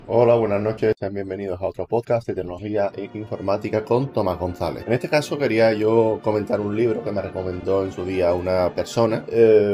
Hola, buenas noches, sean bienvenidos a otro podcast de tecnología e informática con Tomás González. En este caso quería yo comentar un libro que me recomendó en su día una persona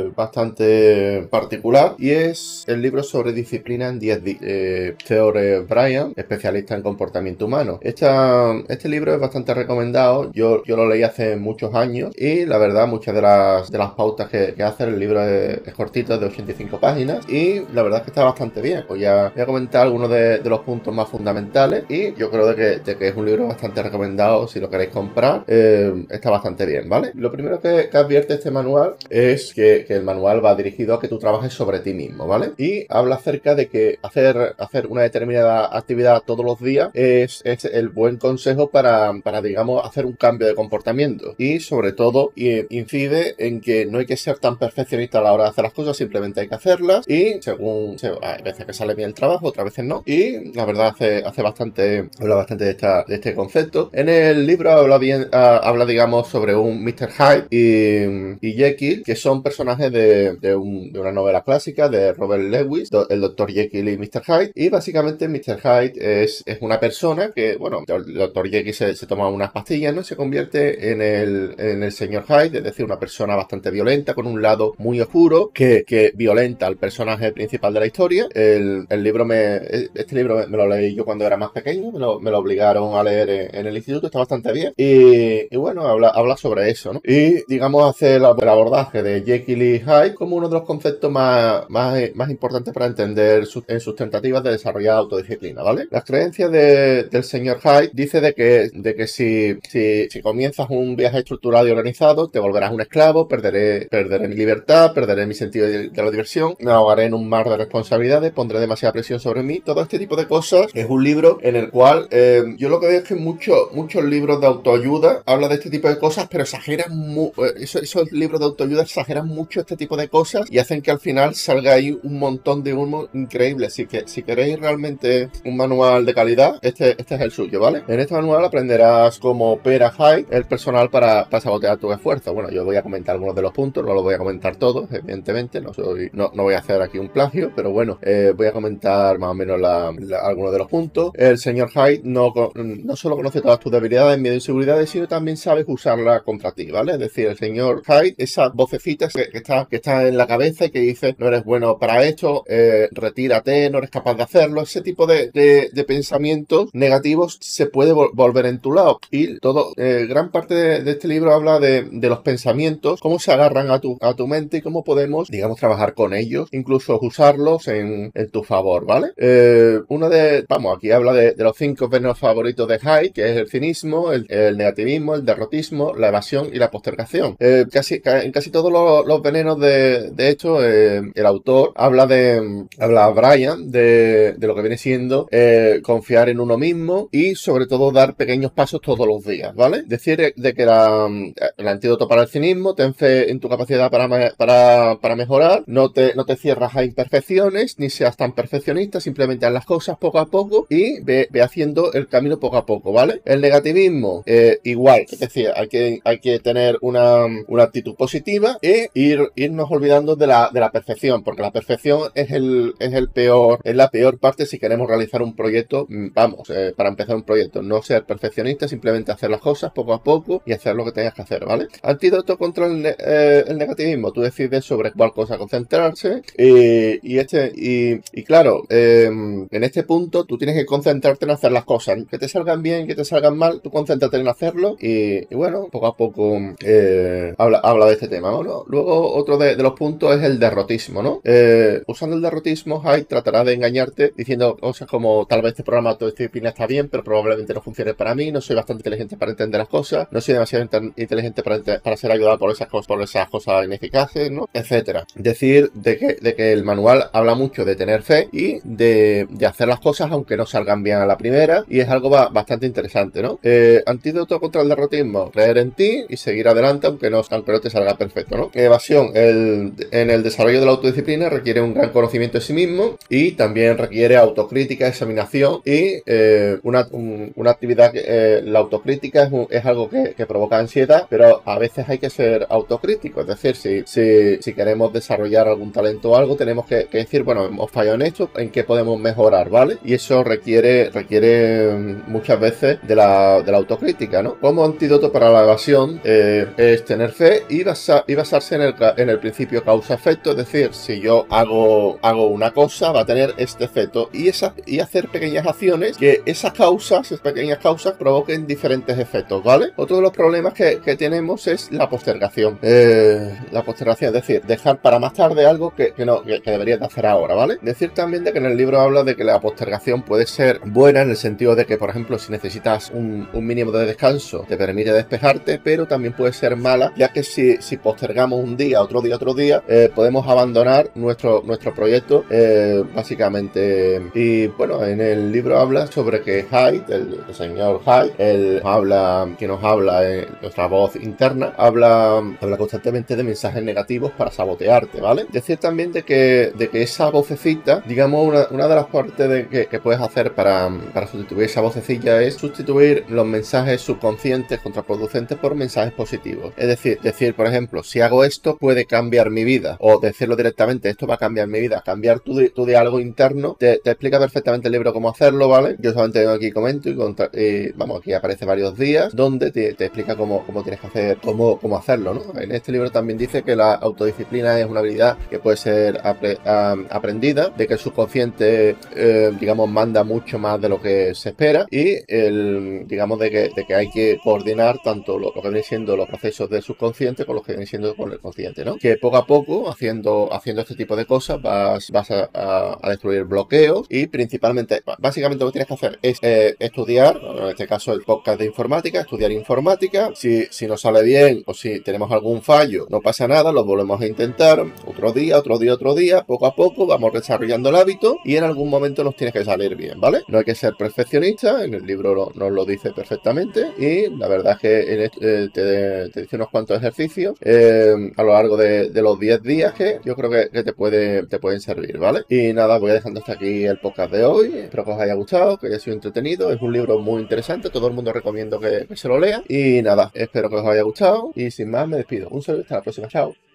bastante particular, y es el libro sobre disciplina en 10 días. Theodore Bryan, especialista en comportamiento humano. Este libro es bastante recomendado, yo lo leí hace muchos años y la verdad muchas de las pautas que hace el libro es cortito, es de 85 páginas, y la verdad es que está bastante bien. Voy a comentar algunos de los puntos más fundamentales, y yo creo de que es un libro bastante recomendado si lo queréis comprar. Está bastante bien, ¿vale? Lo primero que advierte este manual es que el manual va dirigido a que tú trabajes sobre ti mismo, ¿vale? Y habla acerca de que hacer una determinada actividad todos los días es el buen consejo para, digamos, hacer un cambio de comportamiento, y sobre todo incide en que no hay que ser tan perfeccionista a la hora de hacer las cosas, simplemente hay que hacerlas, y hay veces que sale bien el trabajo, otras veces no, y la verdad habla bastante de este concepto. En el libro habla digamos, sobre un Mr. Hyde y Jekyll, que son personajes de una novela clásica de Robert Lewis, el Dr. Jekyll y Mr. Hyde, y básicamente Mr. Hyde es una persona que, bueno, el Dr. Jekyll se toma unas pastillas, ¿no? Se convierte en el señor Hyde, es decir, una persona bastante violenta, con un lado muy oscuro, que violenta al personaje principal de la historia. Este libro me lo leí yo cuando era más pequeño, me lo obligaron a leer en el instituto, está bastante bien, y bueno, habla sobre eso, ¿no? Y digamos hace el abordaje de Jekyll y Hyde como uno de los conceptos más importantes para entender en sus tentativas de desarrollar autodisciplina, ¿vale? Las creencias del señor Hyde dice de que si comienzas un viaje estructurado y organizado, te volverás un esclavo, perderé mi libertad, perderé mi sentido de la diversión, me ahogaré en un mar de responsabilidades, pondré demasiada presión sobre mí. Todo este tipo de cosas. Es un libro en el cual yo lo que veo es que muchos libros de autoayuda hablan de este tipo de cosas, pero esos libros de autoayuda exageran mucho este tipo de cosas y hacen que al final salga ahí un montón de humo increíble. Así que si queréis realmente un manual de calidad, este es el suyo, ¿vale? En este manual aprenderás cómo opera Hyde, el personal para sabotear tus esfuerzos. Bueno, yo voy a comentar algunos de los puntos, no los voy a comentar todos, evidentemente, no voy a hacer aquí un plagio, pero bueno, voy a comentar más o menos algunos de los puntos. El señor Hyde no solo conoce todas tus debilidades, miedo e inseguridades, sino también sabes usarla contra ti, ¿vale? Es decir, el señor Hyde, esa vocecita que está en la cabeza y que dice, no eres bueno para esto, retírate, no eres capaz de hacerlo, ese tipo de pensamientos negativos se puede volver en tu lado. Y gran parte de este libro habla de los pensamientos, cómo se agarran a tu mente y cómo podemos, digamos, trabajar con ellos, incluso usarlos en tu favor, ¿vale? Aquí habla de los 5 venenos favoritos de Hyde, que es el cinismo, el negativismo, el derrotismo, la evasión y la postergación. En casi todos los venenos de hecho, el autor habla a Brian de lo que viene siendo confiar en uno mismo y sobre todo dar pequeños pasos todos los días, ¿vale? Decir de que el antídoto para el cinismo: ten fe en tu capacidad para mejorar, no te cierras a imperfecciones, ni seas tan perfeccionista, simplemente haz las cosas poco a poco y ve haciendo el camino poco a poco, ¿vale? El negativismo, igual, es decir, hay que tener una actitud positiva e irnos olvidando de la perfección, porque la perfección es la peor parte si queremos realizar un proyecto. Para empezar un proyecto, no ser perfeccionista, simplemente hacer las cosas poco a poco y hacer lo que tengas que hacer, ¿vale? Antídoto contra el negativismo: tú decides sobre cuál cosa concentrarse, y claro, en este punto tú tienes que concentrarte en hacer las cosas, que te salgan bien, que te salgan mal, tú concéntrate en hacerlo y bueno, poco a poco habla de este tema, ¿no? Luego otro de los puntos es el derrotismo, ¿no? Usando el derrotismo, Hyde tratará de engañarte diciendo cosas como: tal vez este programa de autodisciplina está bien, pero probablemente no funcione para mí, no soy bastante inteligente para entender las cosas, no soy demasiado inteligente para ser ayudado por esas cosas ineficaces, ¿no? Etcétera. Decir de que el manual habla mucho de tener fe y de hacer las cosas aunque no salgan bien a la primera, y es algo bastante interesante, ¿no? Antídoto contra el derrotismo: creer en ti y seguir adelante aunque no te salga perfecto, ¿no? Evasión: en el desarrollo de la autodisciplina requiere un gran conocimiento de sí mismo y también requiere autocrítica, examinación y una actividad que la autocrítica es algo que provoca ansiedad, pero a veces hay que ser autocrítico. Es decir, si queremos desarrollar algún talento o algo, tenemos que decir, bueno, hemos fallado en esto, ¿en qué podemos mejorar? mejorar, ¿vale? Y eso requiere muchas veces de la autocrítica, ¿no? Como antídoto para la evasión es tener fe y basarse en el principio causa-efecto, es decir, si yo hago una cosa, va a tener este efecto y hacer pequeñas acciones que esas pequeñas causas provoquen diferentes efectos, ¿vale? Otro de los problemas que tenemos es la postergación. Es decir, dejar para más tarde algo que deberías de hacer ahora, ¿vale? Decir también de que en el libro habla de que la postergación puede ser buena en el sentido de que, por ejemplo, si necesitas un mínimo de descanso, te permite despejarte, pero también puede ser mala, ya que si postergamos un día, otro día, podemos abandonar nuestro proyecto, básicamente. Y bueno, en el libro habla sobre que Hyde, el señor Hyde, que nos habla en nuestra voz interna, habla constantemente de mensajes negativos para sabotearte, ¿vale? Decir también de que esa vocecita, digamos, una de las partes que puedes hacer para sustituir esa vocecilla es sustituir los mensajes subconscientes contraproducentes por mensajes positivos. Es decir, por ejemplo, si hago esto puede cambiar mi vida, o decirlo directamente, esto va a cambiar mi vida. Cambiar tu diálogo interno te explica perfectamente el libro cómo hacerlo, ¿vale? Yo solamente vengo aquí, comento y vamos, aquí aparece varios días donde te explica cómo tienes que hacer, cómo hacerlo, ¿no? En este libro también dice que la autodisciplina es una habilidad que puede ser aprendida, de que el subconsciente, digamos, manda mucho más de lo que se espera y digamos de que hay que coordinar tanto lo que viene siendo los procesos del subconsciente con los que viene siendo con el consciente, ¿no? Que poco a poco, haciendo este tipo de cosas, vas a destruir bloqueos y principalmente, básicamente lo que tienes que hacer es estudiar, en este caso el podcast de informática, estudiar informática. Si no sale bien o si tenemos algún fallo, no pasa nada, lo volvemos a intentar otro día, poco a poco vamos desarrollando el hábito y en algún momento nos tiene que salir bien, ¿vale? No hay que ser perfeccionista, en el libro nos lo dice perfectamente y la verdad es que te dice unos cuantos ejercicios a lo largo de los 10 días que yo creo que te pueden servir, ¿vale? Y nada, voy dejando hasta aquí el podcast de hoy, espero que os haya gustado, que haya sido entretenido, es un libro muy interesante, todo el mundo recomiendo que se lo lea y nada, espero que os haya gustado y sin más me despido, un saludo, hasta la próxima, chao.